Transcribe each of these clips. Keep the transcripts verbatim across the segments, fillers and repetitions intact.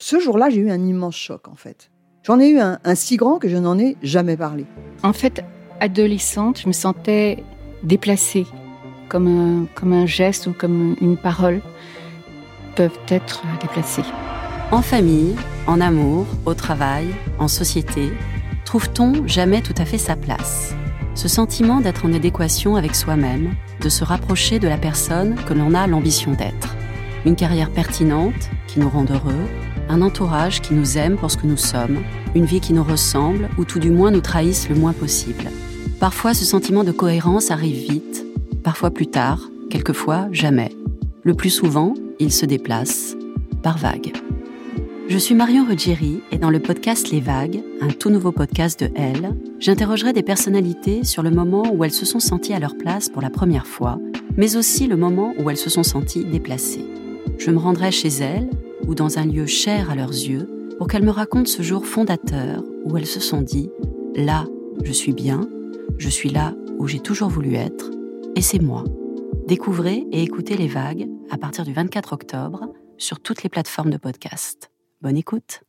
Ce jour-là, j'ai eu un immense choc, en fait. J'en ai eu un, un si grand que je n'en ai jamais parlé. En fait, adolescente, je me sentais déplacée, comme un, comme un geste ou comme une parole peuvent être déplacées. En famille, en amour, au travail, en société, trouve-t-on jamais tout à fait sa place ? Ce sentiment d'être en adéquation avec soi-même, de se rapprocher de la personne que l'on a l'ambition d'être. Une carrière pertinente qui nous rend heureux, un entourage qui nous aime pour ce que nous sommes, une vie qui nous ressemble ou tout du moins nous trahisse le moins possible. Parfois, ce sentiment de cohérence arrive vite, parfois plus tard, quelquefois jamais. Le plus souvent, il se déplace par vagues. Je suis Marion Ruggieri et dans le podcast Les Vagues, un tout nouveau podcast de Elle, j'interrogerai des personnalités sur le moment où elles se sont senties à leur place pour la première fois, mais aussi le moment où elles se sont senties déplacées. Je me rendrai chez elles ou dans un lieu cher à leurs yeux pour qu'elles me racontent ce jour fondateur où elles se sont dit « Là, je suis bien, je suis là où j'ai toujours voulu être, et c'est moi ». Découvrez et écoutez Les Vagues à partir du vingt-quatre octobre sur toutes les plateformes de podcast. Bonne écoute.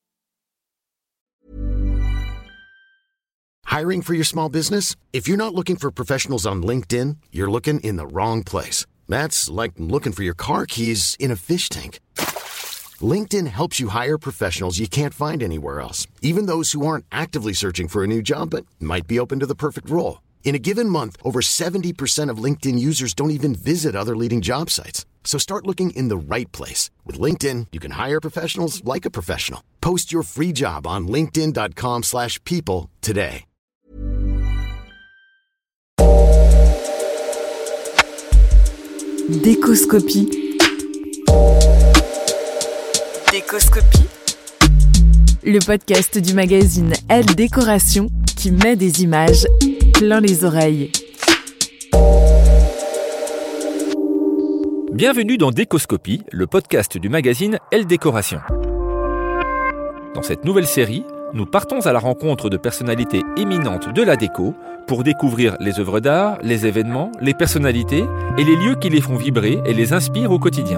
Hiring for your small business? If you're not looking for professionals on LinkedIn, you're looking in the wrong place. That's like looking for your car keys in a fish tank. LinkedIn helps you hire professionals you can't find anywhere else, even those who aren't actively searching for a new job but might be open to the perfect role. In a given month, over seventy percent of LinkedIn users don't even visit other leading job sites. So start looking in the right place. With LinkedIn, you can hire professionals like a professional. Post your free job on linkedin dot com slash people today. Décoscopie. Décoscopie. Le podcast du magazine Elle Décoration qui met des images plein les oreilles. Bienvenue dans Décoscopie, le podcast du magazine Elle Décoration. Dans cette nouvelle série, nous partons à la rencontre de personnalités éminentes de la déco pour découvrir les œuvres d'art, les événements, les personnalités et les lieux qui les font vibrer et les inspirent au quotidien.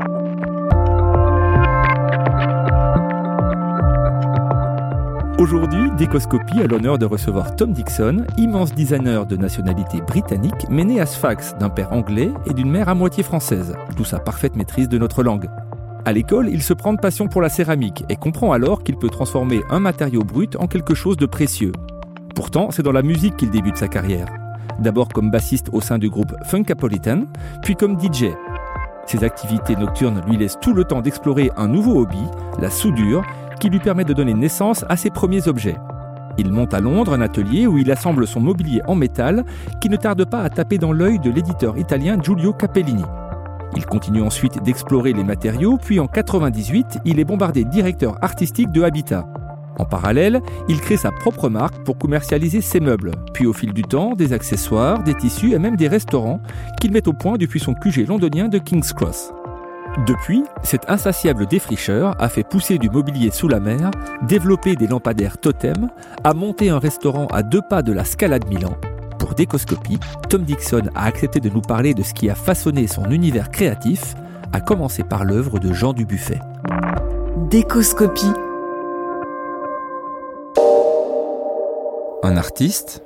Aujourd'hui, Décoscopie a l'honneur de recevoir Tom Dixon, immense designer de nationalité britannique, mais né à Sfax d'un père anglais et d'une mère à moitié française, d'où sa parfaite maîtrise de notre langue. À l'école, il se prend de passion pour la céramique et comprend alors qu'il peut transformer un matériau brut en quelque chose de précieux. Pourtant, c'est dans la musique qu'il débute sa carrière. D'abord comme bassiste au sein du groupe Funkapolitan, puis comme D J. Ses activités nocturnes lui laissent tout le temps d'explorer un nouveau hobby, la soudure, qui lui permet de donner naissance à ses premiers objets. Il monte à Londres un atelier où il assemble son mobilier en métal qui ne tarde pas à taper dans l'œil de l'éditeur italien Giulio Capellini. Il continue ensuite d'explorer les matériaux, puis en quatre-vingt-dix-huit, il est bombardé directeur artistique de Habitat. En parallèle, il crée sa propre marque pour commercialiser ses meubles, puis au fil du temps, des accessoires, des tissus et même des restaurants qu'il met au point depuis son Q G londonien de King's Cross. Depuis, cet insatiable défricheur a fait pousser du mobilier sous la mer, développé des lampadaires totems, a monté un restaurant à deux pas de la Scala de Milan. Pour Décoscopie, Tom Dixon a accepté de nous parler de ce qui a façonné son univers créatif, à commencer par l'œuvre de Jean Dubuffet. Décoscopie. Un artiste.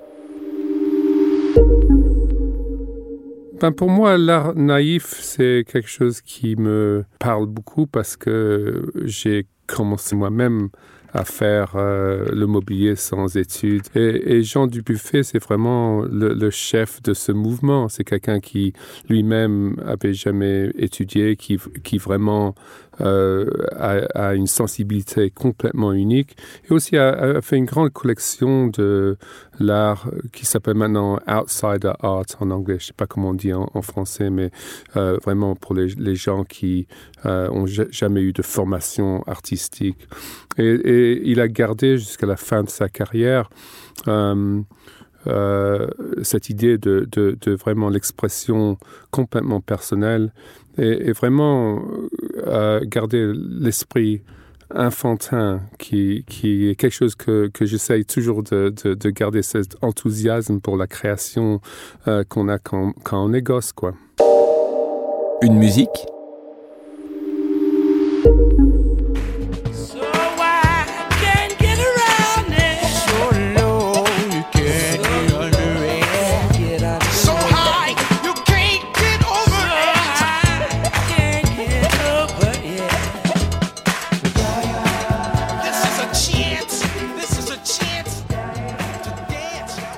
Ben pour moi, l'art naïf, c'est quelque chose qui me parle beaucoup parce que j'ai commencé moi-même à faire euh, le mobilier sans études. Et, et Jean Dubuffet, c'est vraiment le, le chef de ce mouvement. C'est quelqu'un qui lui-même avait jamais étudié, qui, qui vraiment euh, a, a une sensibilité complètement unique. Et aussi a, a fait une grande collection de l'art qui s'appelle maintenant Outsider Art en anglais. Je ne sais pas comment on dit en, en français, mais euh, vraiment pour les, les gens qui euh, ont j- jamais eu de formation artistique. Et, et il a gardé jusqu'à la fin de sa carrière euh, euh, cette idée de, de, de vraiment l'expression complètement personnelle et, et vraiment euh, garder l'esprit enfantin qui, qui est quelque chose que, que j'essaye toujours de, de, de garder, cet enthousiasme pour la création euh, qu'on a quand, quand on est gosse, quoi. Une musique.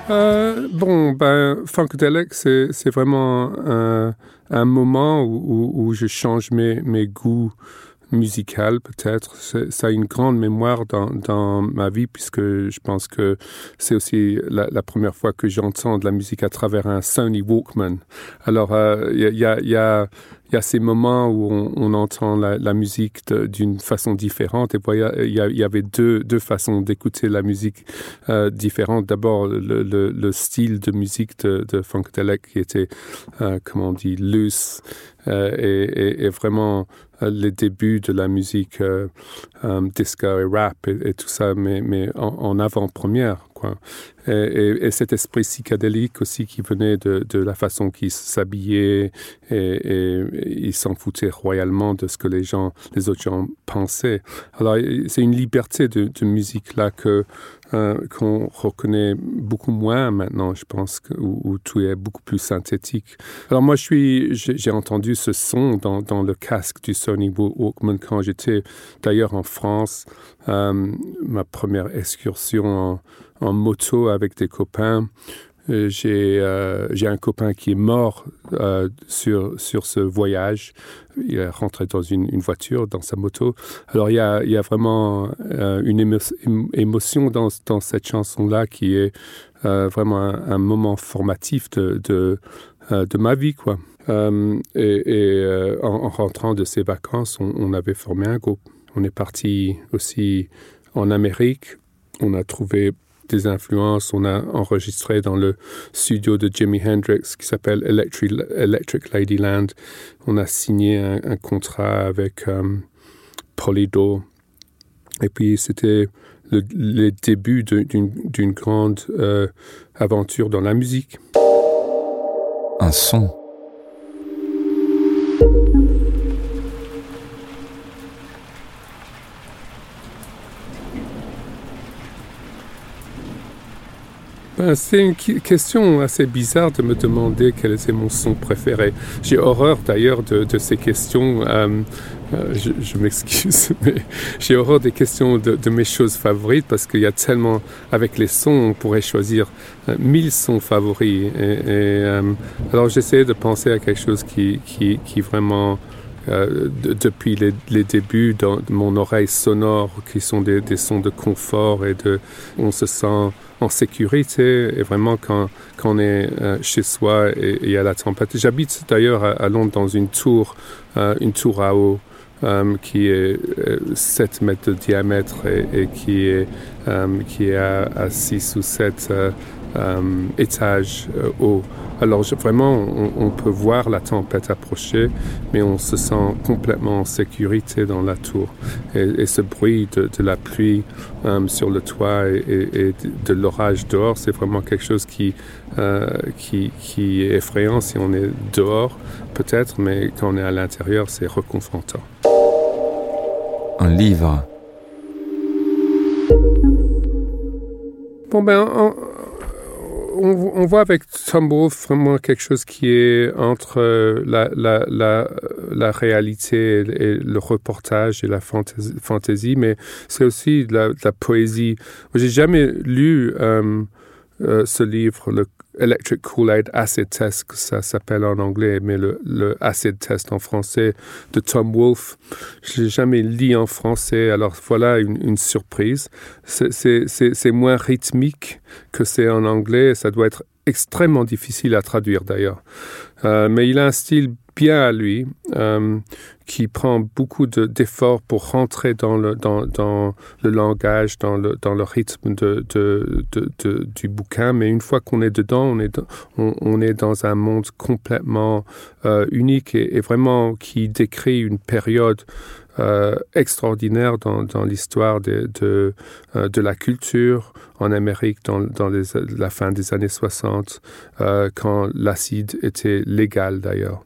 Euh, bon, ben, Funkadelic, c'est, c'est vraiment un, un moment où, où, où je change mes, mes goûts musicaux, peut-être. C'est, ça a une grande mémoire dans, dans ma vie, puisque je pense que c'est aussi la, la première fois que j'entends de la musique à travers un Sony Walkman. Alors, il euh, y, y, a, y, a, y a ces moments où on, on entend la, la musique de, d'une façon différente. Et il y, y avait deux, deux façons d'écouter la musique euh, différentes. D'abord, le, le, le style de musique de, de Funkadelic qui était, euh, comment on dit, loose euh, et, et, et vraiment euh, les débuts de la musique euh, euh, disco et rap et, et tout ça, mais, mais en, en avant-première, quoi. Et, et, et cet esprit psychédélique aussi qui venait de, de la façon qu'ils s'habillaient et, et, et ils s'en foutaient royalement de ce que les gens, les autres gens pensaient. Alors, c'est une liberté de, de musique là que Euh, qu'on reconnaît beaucoup moins maintenant, je pense, que, où, où tout est beaucoup plus synthétique. Alors moi, je suis, j'ai, j'ai entendu ce son dans, dans le casque du Sony Walkman quand j'étais d'ailleurs en France. Euh, ma première excursion en, en moto avec des copains. Euh, j'ai, euh, j'ai un copain qui est mort euh, sur, sur ce voyage. Il est rentré dans une, une voiture, dans sa moto. Alors, il y a, il y a vraiment euh, une émo- émotion dans, dans cette chanson-là qui est euh, vraiment un, un moment formatif de, de, euh, de ma vie, quoi. Euh, et et euh, en, en rentrant de ces vacances, on, on avait formé un groupe. On est parti aussi en Amérique. On a trouvé des influences. On a enregistré dans le studio de Jimi Hendrix qui s'appelle Electric, Electric Ladyland. On a signé un, un contrat avec um, Polydor. Et puis, c'était le, le début de, d'une, d'une grande euh, aventure dans la musique. Un son. Ben, c'est une question assez bizarre de me demander quel est mon son préféré. J'ai horreur d'ailleurs de, de ces questions. Euh, euh, je, je m'excuse, mais j'ai horreur des questions de, de mes choses favorites parce qu'il y a tellement, avec les sons, on pourrait choisir euh, mille sons favoris. Et, et, euh, alors j'essaie de penser à quelque chose qui, qui, qui vraiment... Euh, de, depuis les, les débuts dans mon oreille sonore, qui sont des, des sons de confort et de, on se sent en sécurité et vraiment quand, quand on est euh, chez soi et il y a la tempête. J'habite d'ailleurs à, à Londres dans une tour, euh, une tour à eau euh, qui est euh, sept mètres de diamètre et, et qui est, euh, qui est à, à six ou sept euh, euh, étages euh, haut. Alors je, vraiment, on, on peut voir la tempête approcher, mais on se sent complètement en sécurité dans la tour. Et, et ce bruit de, de la pluie euh, sur le toit et, et, et de l'orage dehors, c'est vraiment quelque chose qui, euh, qui, qui est effrayant si on est dehors, peut-être, mais quand on est à l'intérieur, c'est reconfortant. Un livre. Bon ben... On, On, on voit avec Tom Wolfe vraiment quelque chose qui est entre la, la, la, la réalité et le reportage et la fantaisie, fantaisie mais c'est aussi de la, de la poésie. J'ai jamais lu euh, euh, ce livre, le Electric Kool-Aid Acid Test, que ça s'appelle en anglais, mais le, le Acid Test en français de Tom Wolfe. Je l'ai jamais lu en français, alors voilà une, une surprise. C'est, c'est, c'est, c'est moins rythmique que c'est en anglais, ça doit être extrêmement difficile à traduire d'ailleurs. Euh, mais il a un style bien à lui, euh, qui prend beaucoup de, d'efforts pour rentrer dans le, dans, dans le langage, dans le, dans le rythme de, de, de, de, du bouquin. Mais une fois qu'on est dedans, on est, on, on est dans un monde complètement euh, unique et, et vraiment qui décrit une période euh, extraordinaire dans, dans l'histoire de, de, euh, de la culture en Amérique dans, dans les, la fin des années soixante, euh, quand l'acide était légal d'ailleurs.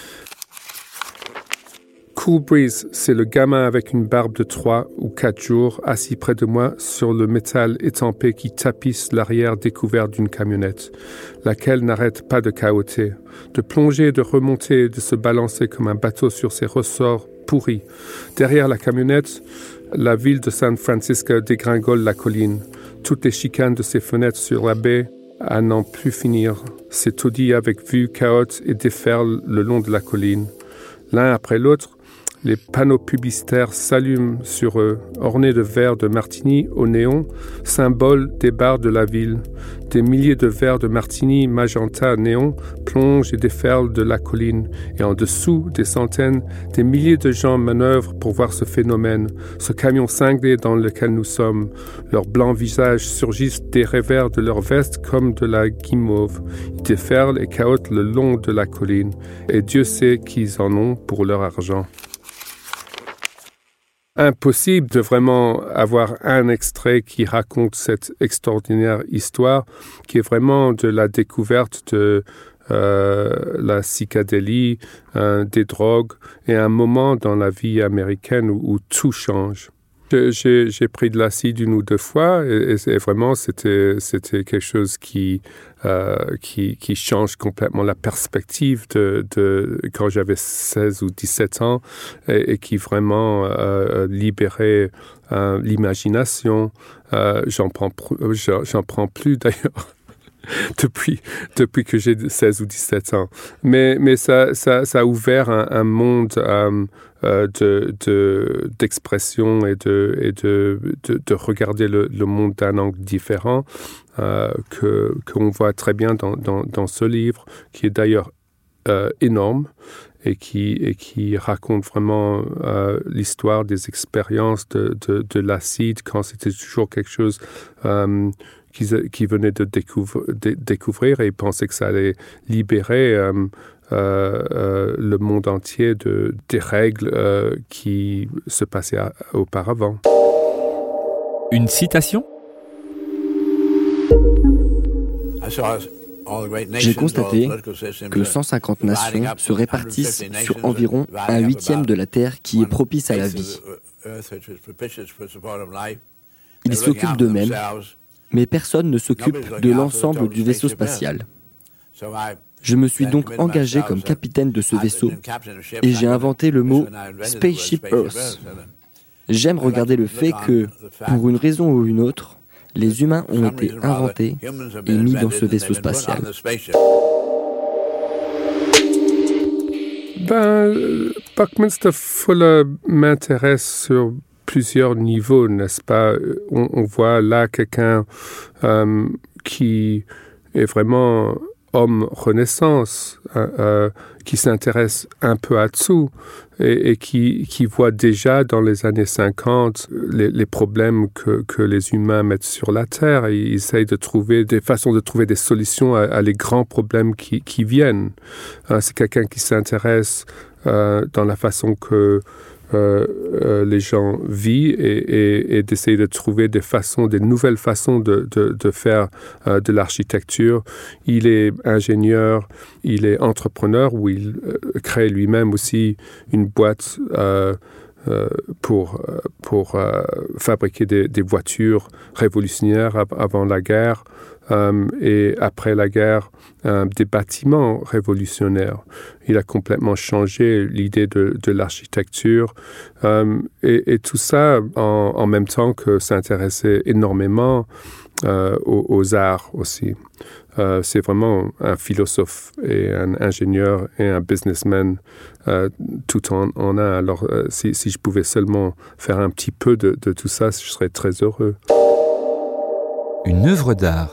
Cool Breeze, c'est le gamin avec une barbe de trois ou quatre jours assis près de moi sur le métal étampé qui tapisse l'arrière découvert d'une camionnette, laquelle n'arrête pas de cahoter, de plonger, de remonter, de se balancer comme un bateau sur ses ressorts pourris. Derrière la camionnette, la ville de San Francisco dégringole la colline. Toutes les chicanes de ses fenêtres sur la baie à n'en plus finir. Ces taudis avec vue caote et déferlent le long de la colline. L'un après l'autre, les panneaux publicitaires s'allument sur eux, ornés de verres de martini au néon, symbole des bars de la ville. Des milliers de verres de martini magenta néon plongent et déferlent de la colline. Et en dessous, des centaines, des milliers de gens manœuvrent pour voir ce phénomène, ce camion cinglé dans lequel nous sommes. Leurs blancs visages surgissent des revers de leurs vestes comme de la guimauve. Ils déferlent et cahotent le long de la colline. Et Dieu sait qu'ils en ont pour leur argent. Impossible de vraiment avoir un extrait qui raconte cette extraordinaire histoire, qui est vraiment de la découverte de euh, la psychédélie, euh, des drogues, et un moment dans la vie américaine où, où tout change. J'ai, j'ai pris de l'acide une ou deux fois et, et vraiment c'était, c'était quelque chose qui, euh, qui, qui change complètement la perspective de, de quand j'avais seize ou dix-sept ans et, et qui vraiment euh, libérait euh, l'imagination. Euh, j'en prends, j'en, j'en prends plus d'ailleurs. Depuis, depuis que j'ai seize ou dix-sept ans. Mais, mais ça, ça, ça a ouvert un, un monde euh, euh, de, de, d'expression et, de, et de, de, de regarder le, le monde d'un angle différent euh, que, qu'on voit très bien dans, dans, dans ce livre, qui est d'ailleurs euh, énorme et qui, et qui raconte vraiment euh, l'histoire des expériences de, de, de l'acide quand c'était toujours quelque chose euh, qu'ils, qu'ils venaient de, découvre, de découvrir et ils pensaient que ça allait libérer euh, euh, euh, le monde entier de, des règles euh, qui se passaient à, auparavant. Une citation ? J'ai constaté que cent cinquante nations se répartissent sur environ un huitième de la Terre qui est propice à la vie. Ils s'occupent d'eux-mêmes, mais personne ne s'occupe de l'ensemble du vaisseau spatial. Je me suis donc engagé comme capitaine de ce vaisseau et j'ai inventé le mot « Spaceship Earth ». J'aime regarder le fait que, pour une raison ou une autre, les humains ont été inventés et mis dans ce vaisseau spatial. Ben, Buckminster Fuller m'intéresse sur plusieurs niveaux, n'est-ce pas? On, on voit là quelqu'un euh, qui est vraiment homme renaissance, euh, euh, qui s'intéresse un peu à tout et, et qui, qui voit déjà dans les années cinquante les, les problèmes que, que les humains mettent sur la Terre et il essaye de trouver des façons de trouver des solutions à, à les grands problèmes qui, qui viennent. Euh, c'est quelqu'un qui s'intéresse euh, dans la façon que Euh, euh, les gens vivent et, et, et d'essayer de trouver des façons, des nouvelles façons de, de, de faire euh, de l'architecture. Il est ingénieur, il est entrepreneur où il euh, crée lui-même aussi une boîte euh, euh, pour, pour euh, fabriquer des, des voitures révolutionnaires av- avant la guerre. Euh, et après la guerre, euh, des bâtiments révolutionnaires. Il a complètement changé l'idée de, de l'architecture euh, et, et tout ça en, en même temps que s'intéresser énormément euh, aux, aux arts aussi. Euh, c'est vraiment un philosophe et un ingénieur et un businessman euh, tout en, en un. Alors euh, si, si je pouvais seulement faire un petit peu de, de tout ça, je serais très heureux. Une œuvre d'art.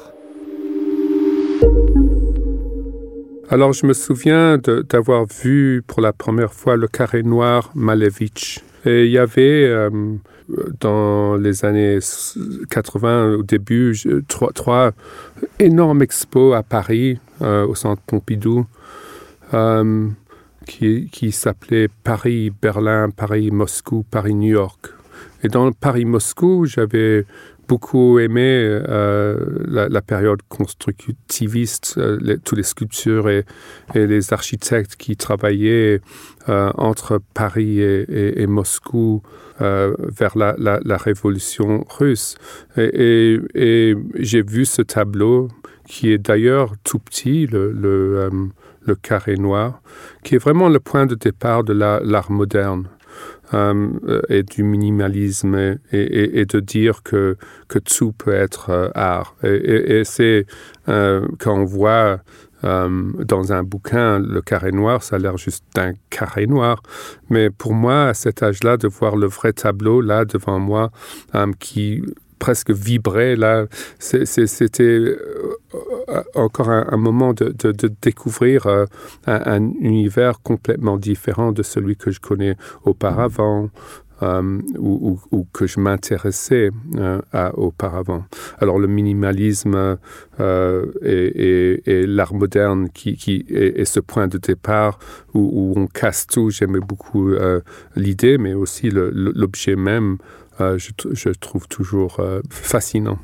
Alors, je me souviens de, d'avoir vu pour la première fois le Carré Noir Malevich. Et il y avait, euh, dans les années quatre-vingts, au début, trois, trois énormes expos à Paris, euh, au Centre Pompidou, euh, qui, qui s'appelaient Paris, Berlin, Paris, Moscou, Paris, New York. Et dans Paris-Moscou, j'avais beaucoup aimé euh, la, la période constructiviste, euh, les, toutes les sculptures et, et les architectes qui travaillaient euh, entre Paris et, et, et Moscou euh, vers la, la, la révolution russe. Et, et, et j'ai vu ce tableau qui est d'ailleurs tout petit, le, le, euh, le Carré Noir, qui est vraiment le point de départ de la, l'art moderne. euh, et du minimalisme et, et, et de dire que, que tout peut être euh, art. Et, et, et c'est euh, quand on voit euh, dans un bouquin le carré noir, ça a l'air juste d'un carré noir. Mais pour moi, à cet âge-là, de voir le vrai tableau là devant moi euh, qui presque vibrait là, c'est, c'est, c'était encore un, un moment de, de, de découvrir euh, un, un univers complètement différent de celui que je connais auparavant. Euh, ou, ou, ou que je m'intéressais euh, à auparavant. Alors le minimalisme euh, et, et, et l'art moderne qui, qui est, est ce point de départ où, où on casse tout, j'aimais beaucoup euh, l'idée, mais aussi le, l'objet même, euh, je, je trouve toujours euh, fascinant.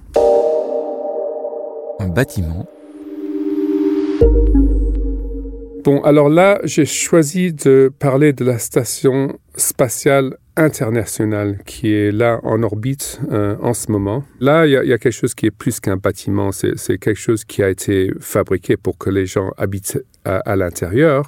Un bâtiment. Bon, alors là, j'ai choisi de parler de la station spatiale internationale qui est là en orbite euh, en ce moment. Là, il y, y a quelque chose qui est plus qu'un bâtiment. C'est, c'est quelque chose qui a été fabriqué pour que les gens habitent à, à l'intérieur.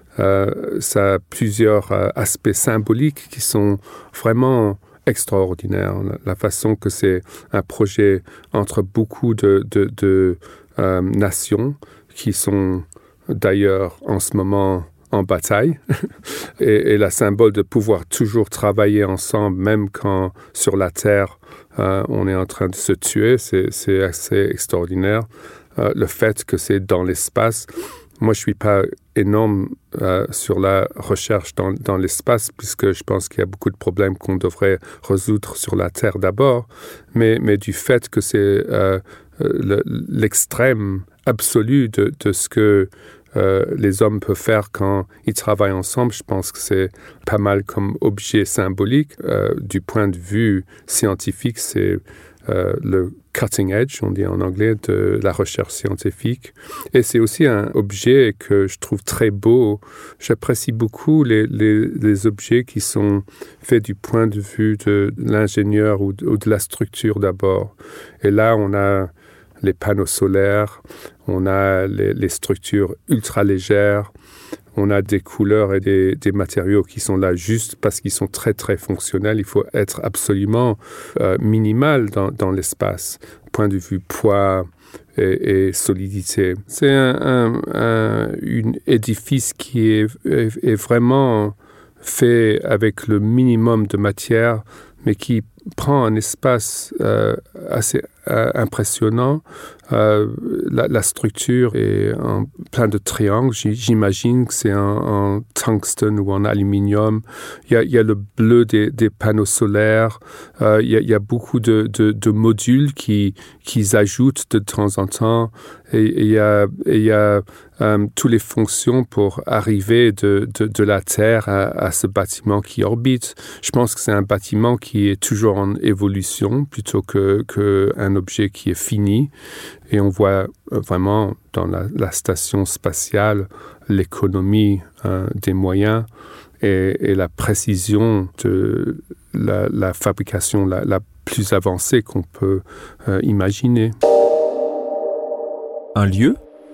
Euh, ça a plusieurs euh, aspects symboliques qui sont vraiment extraordinaires. La, la façon que c'est un projet entre beaucoup de, de, de euh, nations qui sont d'ailleurs en ce moment en bataille, et, et la symbole de pouvoir toujours travailler ensemble, même quand sur la Terre, euh, on est en train de se tuer, c'est, c'est assez extraordinaire. Euh, le fait que c'est dans l'espace, moi je ne suis pas énorme euh, sur la recherche dans, dans l'espace, puisque je pense qu'il y a beaucoup de problèmes qu'on devrait résoudre sur la Terre d'abord, mais, mais du fait que c'est euh, le, l'extrême absolu de, de ce que Euh, les hommes peuvent faire quand ils travaillent ensemble. Je pense que c'est pas mal comme objet symbolique. Euh, du point de vue scientifique, c'est euh, le cutting edge, on dit en anglais, de la recherche scientifique. Et c'est aussi un objet que je trouve très beau. J'apprécie beaucoup les, les, les objets qui sont faits du point de vue de l'ingénieur ou de, ou de la structure d'abord. Et là, on a les panneaux solaires, on a les, les structures ultra légères, on a des couleurs et des, des matériaux qui sont là juste parce qu'ils sont très très fonctionnels. Il faut être absolument euh, minimal dans, dans l'espace, point de vue poids et, et solidité. C'est un, un, un une édifice qui est, est, est vraiment fait avec le minimum de matière, mais qui prend un espace euh, assez euh, impressionnant. Euh, la, la structure est en plein de triangles. J'imagine que c'est en, en tungstène ou en aluminium. Il y a, il y a le bleu des, des panneaux solaires. Euh, il, y a, il y a beaucoup de, de, de modules qui, qui ajoutent de temps en temps. Et, et il y a, et il y a euh, toutes les fonctions pour arriver de, de, de la Terre à, à ce bâtiment qui orbite. Je pense que c'est un bâtiment qui est toujours en évolution plutôt que, que un objet qui est fini. Et on voit vraiment dans la, la station spatiale l'économie euh, des moyens et, et la précision de la, la fabrication la, la plus avancée qu'on peut euh, imaginer. Un lieu ?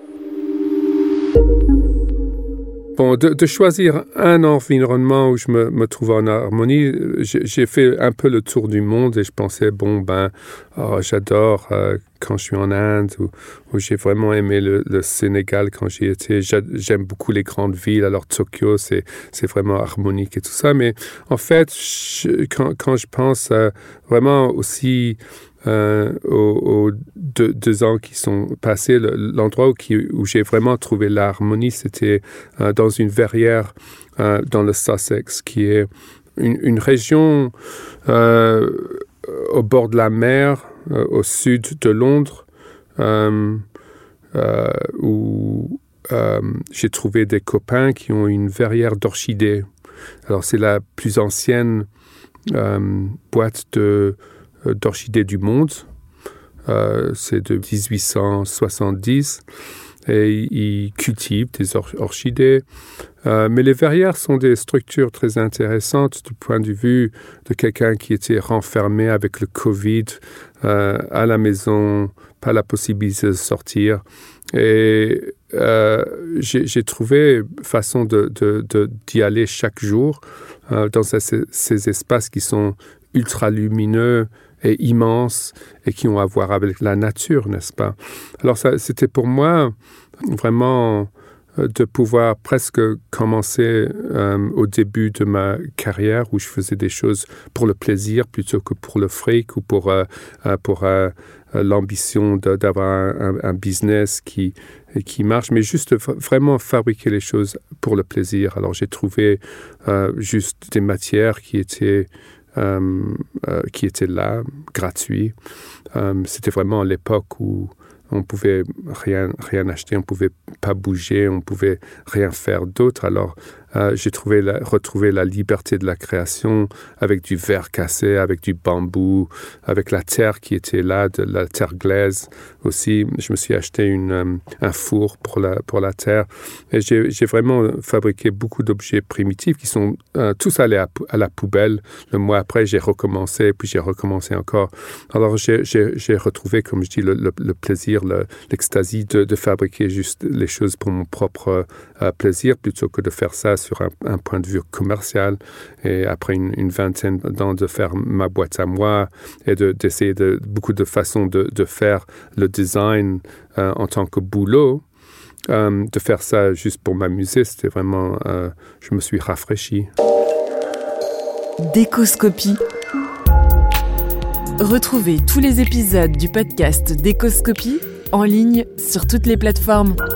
Bon, de, de choisir un environnement où je me, me trouve en harmonie, j'ai, j'ai fait un peu le tour du monde et je pensais, bon, ben, oh, j'adore euh, quand je suis en Inde, ou, ou j'ai vraiment aimé le, le Sénégal quand j'y étais. J'aime beaucoup les grandes villes, alors Tokyo, c'est, c'est vraiment harmonique et tout ça. Mais en fait, je, quand, quand je pense euh, vraiment aussi Euh, aux, aux deux, deux ans qui sont passés, le, l'endroit où, qui, où j'ai vraiment trouvé l'harmonie, c'était euh, dans une verrière euh, dans le Sussex, qui est une, une région euh, au bord de la mer, euh, au sud de Londres, euh, euh, où euh, j'ai trouvé des copains qui ont une verrière d'orchidées. Alors, c'est la plus ancienne euh, boîte de d'orchidées du monde. Euh, c'est de dix-huit cent soixante-dix et ils cultivent des or- orchidées. Euh, mais les verrières sont des structures très intéressantes du point de vue de quelqu'un qui était renfermé avec le Covid euh, à la maison, pas la possibilité de sortir. Et euh, j'ai, j'ai trouvé façon de, de, de, d'y aller chaque jour euh, dans ces, ces espaces qui sont ultra lumineux et immenses et qui ont à voir avec la nature, n'est-ce pas? Alors ça, c'était pour moi vraiment de pouvoir presque commencer euh, au début de ma carrière où je faisais des choses pour le plaisir plutôt que pour le fric ou pour, euh, pour euh, l'ambition de, d'avoir un, un business qui, qui marche, mais juste vraiment fabriquer les choses pour le plaisir. Alors j'ai trouvé euh, juste des matières qui étaient Euh, euh, qui était là, gratuit. Euh, c'était vraiment l'époque où on pouvait rien, rien acheter, on pouvait pas bouger, on pouvait rien faire d'autre. Alors, euh, j'ai trouvé la, retrouvé la liberté de la création avec du verre cassé, avec du bambou, avec la terre qui était là, de la terre glaise aussi. Je me suis acheté une, um, un four pour la, pour la terre. Et j'ai, j'ai vraiment fabriqué beaucoup d'objets primitifs qui sont euh, tous allés à, à la poubelle. Le mois après, j'ai recommencé, puis j'ai recommencé encore. Alors, j'ai, j'ai, j'ai retrouvé, comme je dis, le, le, le plaisir, le, l'extasie de, de fabriquer juste les choses pour mon propre euh, plaisir, plutôt que de faire ça sur un, un point de vue commercial. Et après une, une vingtaine d'ans de faire ma boîte à moi et de, d'essayer de, beaucoup de façons de, de faire le design euh, en tant que boulot, euh, de faire ça juste pour m'amuser, c'était vraiment... Euh, je me suis rafraîchi. Décoscopie. Retrouvez tous les épisodes du podcast Décoscopie en ligne sur toutes les plateformes.